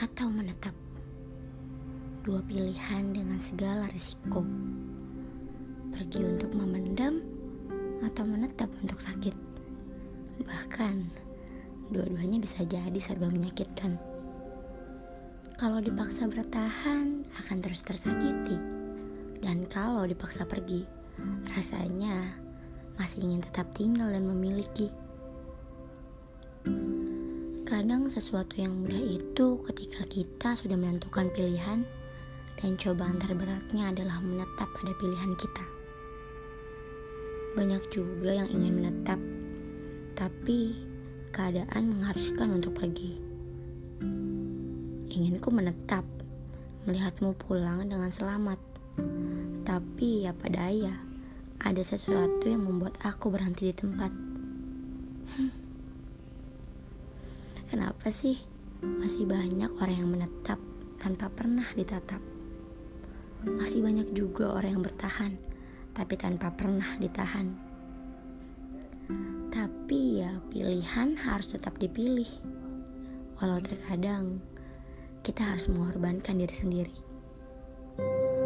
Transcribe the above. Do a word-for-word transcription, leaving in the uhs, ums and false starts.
atau menetap. Dua pilihan dengan segala risiko. Pergi untuk memendam atau menetap untuk sakit. Bahkan dua-duanya bisa jadi serba menyakitkan. Kalau dipaksa bertahan akan terus tersakiti. Dan kalau dipaksa pergi, rasanya masih ingin tetap tinggal dan memiliki. Kadang sesuatu yang mudah itu ketika kita sudah menentukan pilihan, dan cobaan terberatnya adalah menetap pada pilihan kita. Banyak juga yang ingin menetap, tapi keadaan mengharuskan untuk pergi. Inginku menetap, melihatmu pulang dengan selamat. Tapi apa daya, ada sesuatu yang membuat aku berhenti di tempat. Hmm. Kenapa sih masih banyak orang yang menetap tanpa pernah ditatap? Masih banyak juga orang yang bertahan tapi tanpa pernah ditahan. Tapi ya pilihan harus tetap dipilih. Walau terkadang kita harus mengorbankan diri sendiri.